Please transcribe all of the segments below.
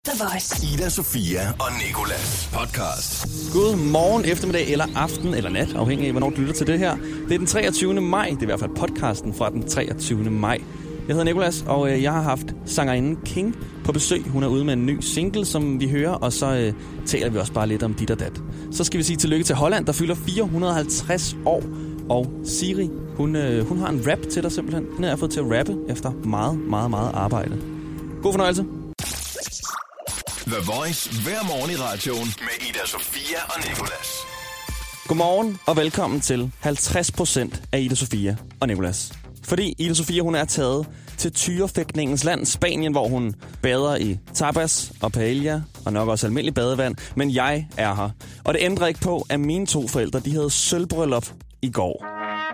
The Voice. Ida, Sofia og Nicolas podcast. God morgen, eftermiddag eller aften eller nat, afhængig af, hvornår du lytter til det her. Det er den 23. maj, det er i hvert fald podcasten fra den 23. maj. Jeg hedder Nicolas, og jeg har haft sangerinden King på besøg. Hun er ude med en ny single, som vi hører, og så taler vi også bare lidt om dit og dat. Så skal vi sige tillykke til Holland, der fylder 450 år. Og Siri, hun har en rap til dig simpelthen. Den har jeg fået til at rappe efter meget arbejde. God fornøjelse. The Voice hver morgen i radioen med Ida, Sofia og Nicolas. Godmorgen og velkommen til 50% af Ida, Sofia og Nicolas. Fordi Ida Sofia, hun er taget til tyrefægtningens land, Spanien, hvor hun bader i tapas og paella og nok også almindelig badevand. Men jeg er her. Og det ændrer ikke på, at mine to forældre, de havde sølvbryllup i går.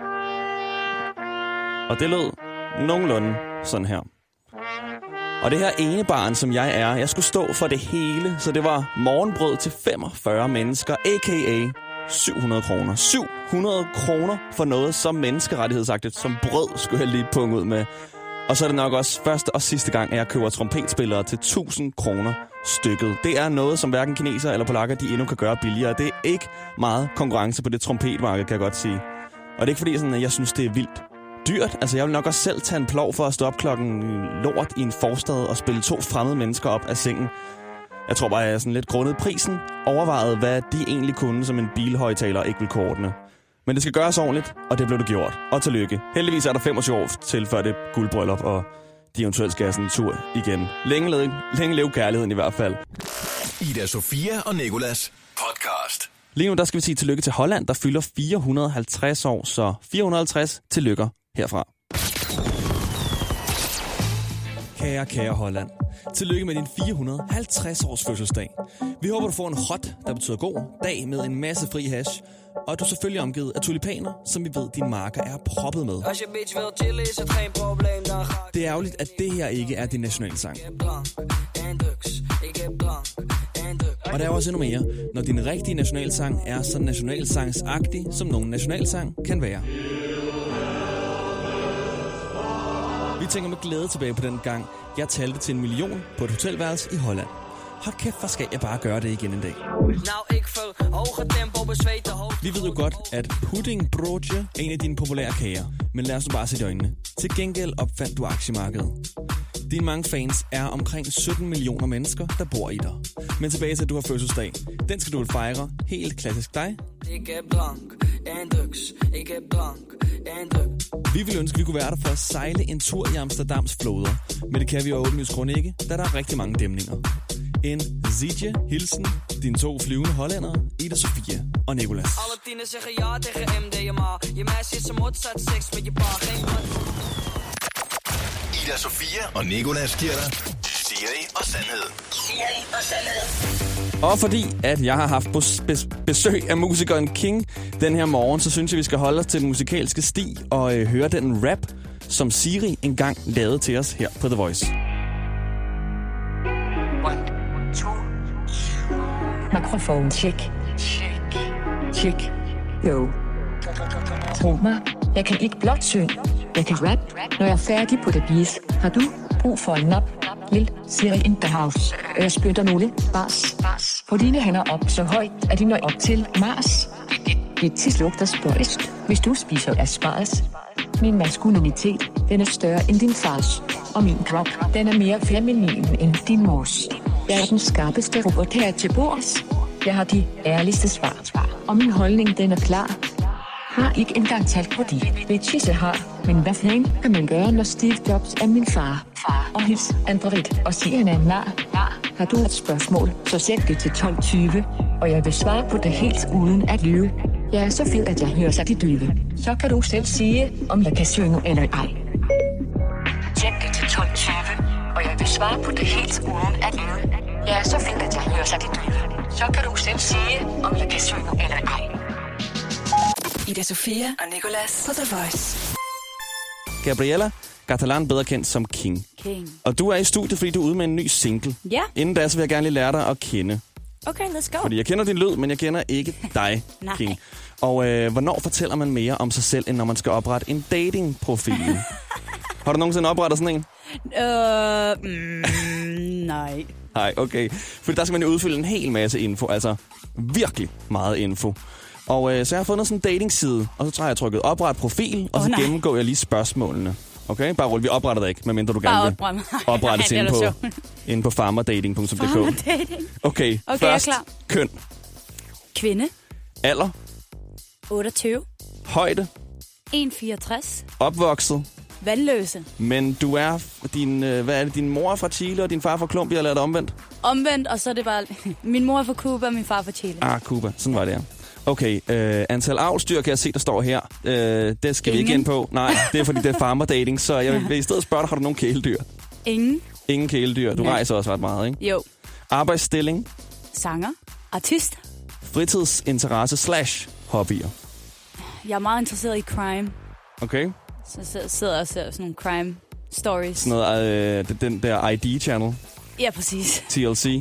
Og det lød nogenlunde sådan her. Og det her ene barn, som jeg skulle stå for det hele, så det var morgenbrød til 45 mennesker, a.k.a. 700 kroner. 700 kroner for noget så menneskerettighedsagtigt som brød, skulle jeg lige punge ud med. Og så er det nok også første og sidste gang, at jeg køber trompetspillere til 1000 kroner stykket. Det er noget, som hverken kineser eller polakker, de endnu kan gøre billigere. Det er ikke meget konkurrence på det trompetmarked, kan jeg godt sige. Og det er ikke fordi, sådan, at jeg synes, det er vildt dyrt. Altså, jeg vil nok også selv tage en plov for at stå op klokken lort i en forstad og spille 2 fremmede mennesker op af sengen. Jeg tror bare, jeg er sådan lidt grundet prisen, overvejet, hvad de egentlig kunne, som en bilhøjtaler ikke vil kunne ordne. Men det skal gøres ordentligt, og det blev det gjort. Og tillykke. Heldigvis er der 25 år til før det guldbryllup, og de eventuelt skal have sådan en tur igen. Længe leve kærligheden i hvert fald. Ida, Sofia og Nicolas podcast. Lige nu der skal vi sige tillykke til Holland, der fylder 450 år, så 450 tillykker herfra. Kære Holland. Tillykke med din 450 års fødselsdag. Vi håber, du får en hot, der betyder god, dag med en masse fri hash. Og at du selvfølgelig er omgivet af tulipaner, som vi ved, din marker er proppet med. Det er ærgerligt, at det her ikke er din nationalsang. Og der er også endnu mere, når din rigtige nationalsang er så nationalsangsagtig, som nogen nationalsang kan være. Vi tænker med glæde tilbage på den gang, jeg talte til 1 million på et hotelværelse i Holland. Hold kæft, hvor skal jeg bare gøre det igen en dag. Vi ved jo godt, at puddingbroodje er en af dine populære kager. Men lad os nu bare sætte i øjnene. Til gengæld opfandt du aktiemarkedet. Dine mange fans er omkring 17 millioner mennesker, der bor i dig. Men tilbage til, at du har fødselsdag. Den skal du vel fejre. Helt klassisk dig. Vi vil ønske, at vi kunne være der for at sejle en tur i Amsterdams floder. Men det kan vi jo åbenlyst grund ikke, da der er rigtig mange dæmninger. En zidje hilsen dine 2 flyvende hollændere, Ida, Sofia og Nicolas. Ida, Sofia og Nicolas giver dig Siri og Sandhed. Og fordi at jeg har haft besøg af musikeren King den her morgen, så synes jeg, vi skal holde os til den musikalske sti og høre den rap, som Siri engang lavede til os her på The Voice. 1, 2. Mikrofon check. Check. Jo. Tro mig, jeg kan ikke blot synge. Jeg kan rap, når jeg er færdig på det beat. Har du brug for en nap? Lille Siri in the house. Jeg spytter nogle bars. Få dine hænder op så højt, at de når op til Mars. Dit tis lugter spøjst, hvis du spiser asparges. Min maskulinitet, den er større end din fars. Og min krop, den er mere feminin end din mors. Jeg er den skarpeste robot her til bords. Jeg har de ærligste svar. Og min holdning, den er klar. Har ikke engang talt på de bitches jeg har. Men hvad fanden kan man gøre, når Steve Jobs er min far? Og hils Android og sig han er nar. Har du et spørgsmål, så send det til 1220. Og jeg vil svare på det helt uden at lyve. Jeg er så fed, at jeg hører sig de døve. Så kan du selv sige, om jeg kan synge eller ej. Send det til 1220. Og jeg vil svare på det helt uden at lyve. Jeg er så fed, at jeg hører sig de døve. Så kan du selv sige, om jeg kan synge eller ej. Ida, Sofia og Nicolas på The Voice. Gabriella Catalan, bedre kendt som King. Og du er i studiet, fordi du er ude med en ny single. Ja. Inden da, så vil jeg gerne lige lære dig at kende. Okay, let's go. Fordi jeg kender din lyd, men jeg kender ikke dig, King. Og hvornår fortæller man mere om sig selv, end når man skal oprette en datingprofil? Har du nogensinde oprettet sådan en? Nej. Nej, okay. For der skal man jo udfylde en hel masse info, altså virkelig meget info. Og så jeg har fundet sådan en datingside, og så tror jeg trykket opret profil, og så gennemgår jeg lige spørgsmålene. Okay, bare rulle. Vi opretter det ikke, medmindre du gerne vil oprettes inde på farmerdating.dk. Farmerdating. Okay, først køn. Kvinde. Alder. 28. Højde. 1,64. Opvokset. Vandløse. Men du er din mor er fra Chile, og din far fra Colombia, eller er det omvendt? Omvendt, og så er det bare... Min mor er fra Cuba, og min far fra Chile. Ah, Cuba. Sådan var det, ja. Okay, antal avlsdyr kan jeg se, der står her. Det skal vi ikke ind på. Nej, det er fordi, det er farmerdating, så jeg vil i stedet spørge dig, har du nogle kæledyr? Ingen. Ingen kæledyr. Du rejser også ret meget, ikke? Jo. Arbejdsstilling? Sanger. Artist. Fritidsinteresse / hobbyer? Jeg er meget interesseret i crime. Okay. Så sidder og ser sådan nogle crime stories. Sådan noget, den der ID-channel? Ja, præcis. TLC?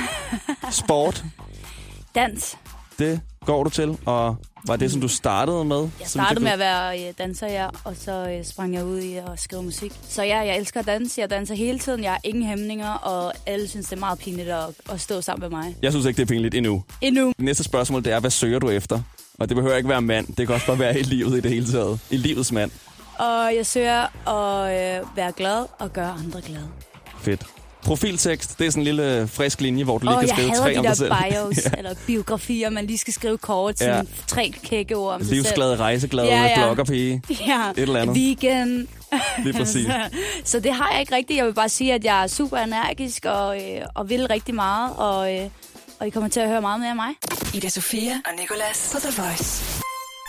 Sport? Dans. Det går du til, og var det, som du startede med? Jeg startede med at være danser, ja, og så sprang jeg ud i at skrive musik. Så ja, jeg elsker at danse. Jeg danser hele tiden. Jeg har ingen hæmninger, og alle synes, det er meget pinligt at stå sammen med mig. Jeg synes ikke, det er pinligt endnu. Det næste spørgsmål, det er, hvad søger du efter? Og det behøver ikke være mand. Det kan også bare være i livet i det hele taget. I livets mand. Og jeg søger at være glad og gøre andre glade. Fedt. Profiltekst, det er sådan en lille frisk linje, hvor du lige kan skrive 3 om dig selv. Jeg hader de der bios eller biografier, man lige skal skrive kort, sådan 3 kække ord om sig selv. Livsglade, rejseglade, bloggerpige, et eller andet. Weekend. Det er præcis. Så det har jeg ikke rigtigt. Jeg vil bare sige, at jeg er super energisk og vil rigtig meget, og I kommer til at høre meget mere af mig. Ida Sofia og Nicolas på The Voice.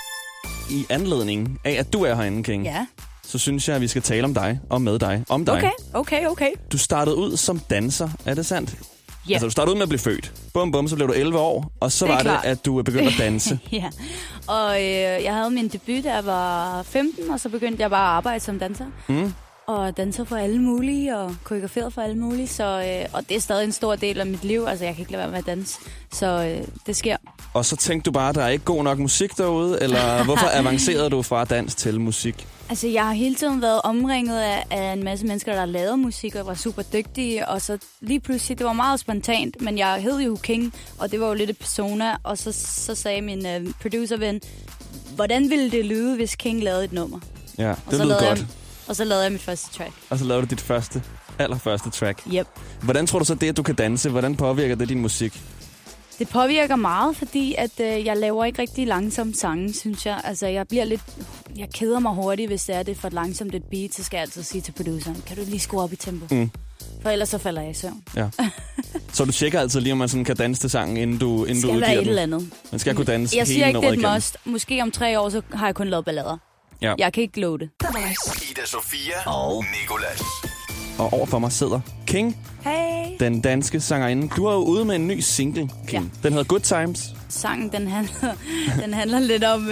I anledning af, at du er herinde, King, så synes jeg, at vi skal tale om dig og med dig. Om dig. Okay. Du startede ud som danser, er det sandt? Ja. Altså, du startede ud med at blive født. Bum, så blev du 11 år, og så var det, at du begyndte at danse. Ja, og jeg havde min debut, da jeg var 15, og så begyndte jeg bare at arbejde som danser. Og danser for alle mulige, og koreograferet for alle mulige. Så, og det er stadig en stor del af mit liv. Altså, jeg kan ikke lade være med at danse. Så det sker. Og så tænkte du bare, at der er ikke god nok musik derude? Eller hvorfor avancerede du fra dans til musik? Altså, jeg har hele tiden været omringet af en masse mennesker, der lavede musik og var super dygtige. Og så lige pludselig, det var meget spontant, men jeg hed jo King, og det var jo lidt et persona. Og så sagde min producerven, hvordan ville det lyde, hvis King lavede et nummer? Ja, det lyder godt. Og så lavede jeg mit første track. Og så lavede du dit allerførste track. Yep. Hvordan tror du så det, at du kan danse, hvordan påvirker det din musik? Det påvirker meget, fordi at jeg laver ikke rigtig langsomme sange, synes jeg. Altså, jeg keder mig hurtigt, hvis det er for langsomt et beat, så skal jeg altid sige til produceren, kan du lige skrue op i tempo? For ellers så falder jeg i søvn. Ja. Så du tjekker altid lige, om man sådan kan danse til sangen, inden du udgiver den? Skal være et eller andet. Man skal kunne danse jeg hele siger ikke, nummeret det er et must. Måske om 3 år, så har jeg kun lavet ballader. Ja. Jeg kan ikke love det. Ida Sofia og Nicolas. Og overfor mig sidder King, den danske sangerinde. Du er jo ude med en ny single, King. Ja. Den hedder Good Times. Sangen, den handler lidt om,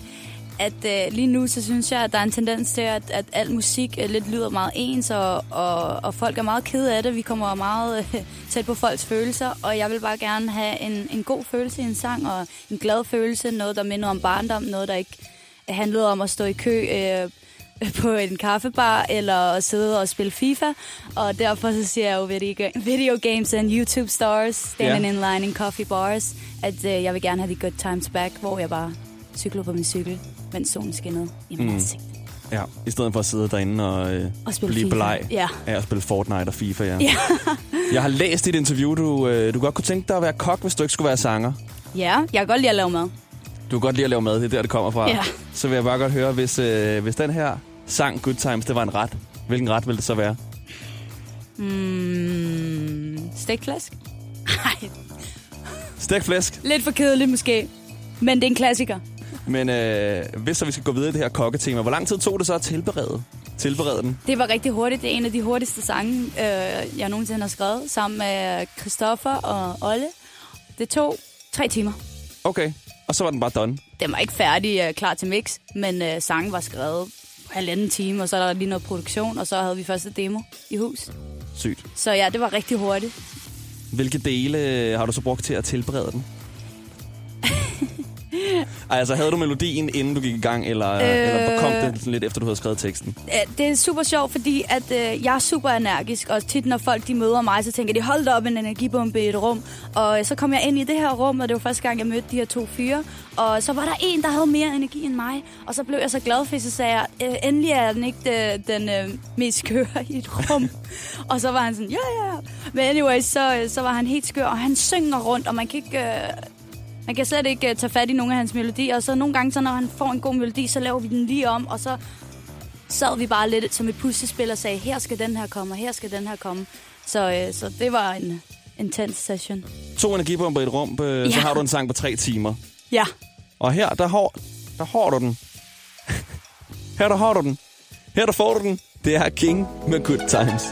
at lige nu, så synes jeg, at der er en tendens til, at al musik lidt lyder meget ens, og folk er meget kede af det. Vi kommer meget tæt på folks følelser, og jeg vil bare gerne have en god følelse i en sang, og en glad følelse, noget, der minder om barndom, noget, der ikke handlede om at stå i kø på en kaffebar, eller at sidde og spille FIFA. Og derfor så siger jeg jo video games and YouTube stars, standing in line in coffee bars, at jeg vil gerne have de good times back, hvor jeg bare cykler på min cykel, mens solen skinnede i min ansigt. Ja, i stedet for at sidde derinde og blive bleg af at spille Fortnite og FIFA, ja. Jeg har læst dit interview, du godt kunne tænke dig at være kok, hvis du ikke skulle være sanger. Ja, jeg kan godt lide at lave mad. Du kan godt lide at lave mad, det er der, det kommer fra. Ja. Så vil jeg bare godt høre, hvis den her sang Good Times, det var en ret. Hvilken ret ville det så være? Stegt flæsk? Nej. Stegt flæsk? Lidt for kedeligt måske, men det er en klassiker. Men hvis så vi skal gå videre i det her kokketema, hvor lang tid tog det så at tilberede den? Det var rigtig hurtigt. Det er en af de hurtigste sange, jeg nogensinde har skrevet, sammen med Christoffer og Olle. Det tog 3 timer. Okay, og så var den bare done? Den var ikke færdig, klar til mix, men sangen var skrevet 1,5 time, og så er der lige noget produktion, og så havde vi første demo i hus. Sygt. Så ja, det var rigtig hurtigt. Hvilke dele har du så brugt til at tilberede den? Altså, havde du melodien, inden du gik i gang, eller kom det sådan lidt efter, du havde skrevet teksten? Det er super sjovt, fordi at, jeg er super energisk, og tit, når folk de møder mig, så tænker de, hold da op en energibombe i et rum. Og så kom jeg ind i det her rum, og det var første gang, jeg mødte de her 2 fyre. Og så var der en, der havde mere energi end mig. Og så blev jeg så glad for, så sagde jeg, endelig er den ikke den mest skøre i et rum. Og så var han sådan, ja. Men anyways, så var han helt skør, og han synger rundt, og man kan slet ikke tage fat i nogle af hans melodier. Og så nogle gange, så når han får en god melodi, så laver vi den lige om, og så sad vi bare lidt som et puslespil og sagde, her skal den her komme, og her skal den her komme. Så det var en intens session. 2 energibomber i et rum, så har du en sang på 3 timer. Ja. Og her, der har du den. Her har du den. Her der får du den. Det er King med Good Times.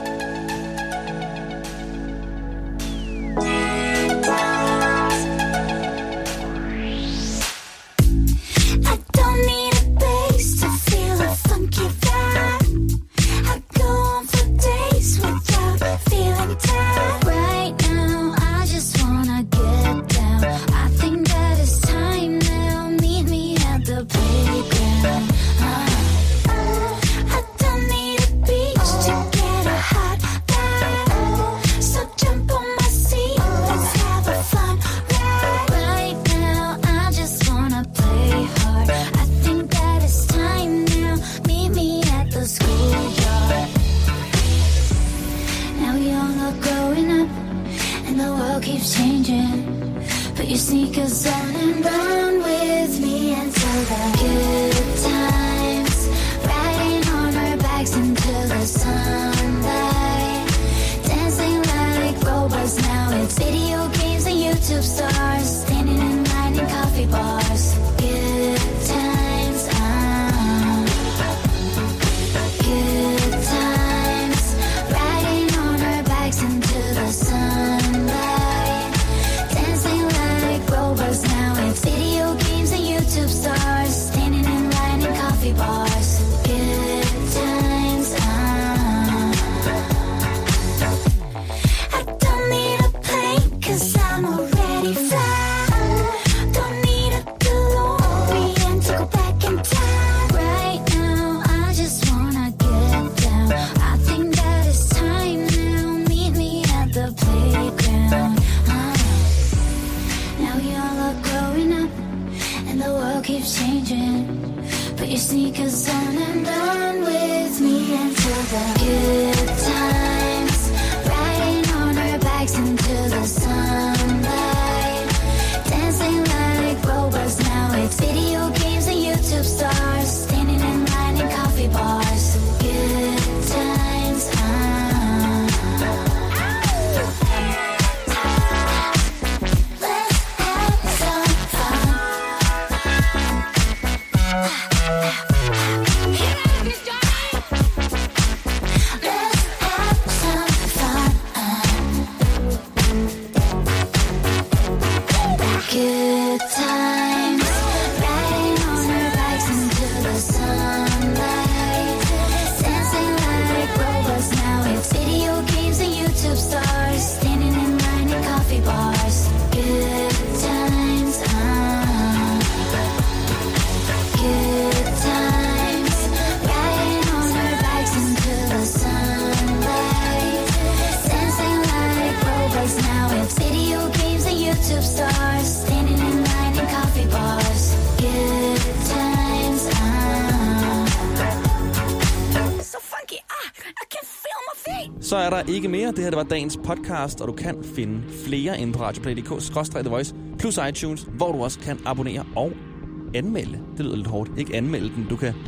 Så er der ikke mere. Det her det var dagens podcast, og du kan finde flere inde på radioplay.dk/The Voice plus iTunes, hvor du også kan abonnere og anmelde. Det lyder lidt hårdt. Ikke anmelde den. Du kan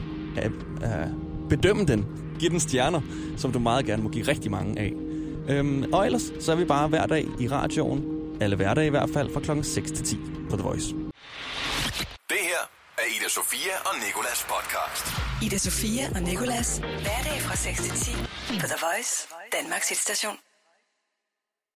bedømme den. Giv den stjerner, som du meget gerne må give rigtig mange af. Og ellers så er vi bare hver dag i radioen. Alle hverdage i hvert fald fra klokken 6 til 10 på The Voice. Det her er Ida Sofia og Nicolas podcast. Ida Sofia og Nicolas. Hverdag fra 6 til 10 på The Voice, Danmarks hitstation.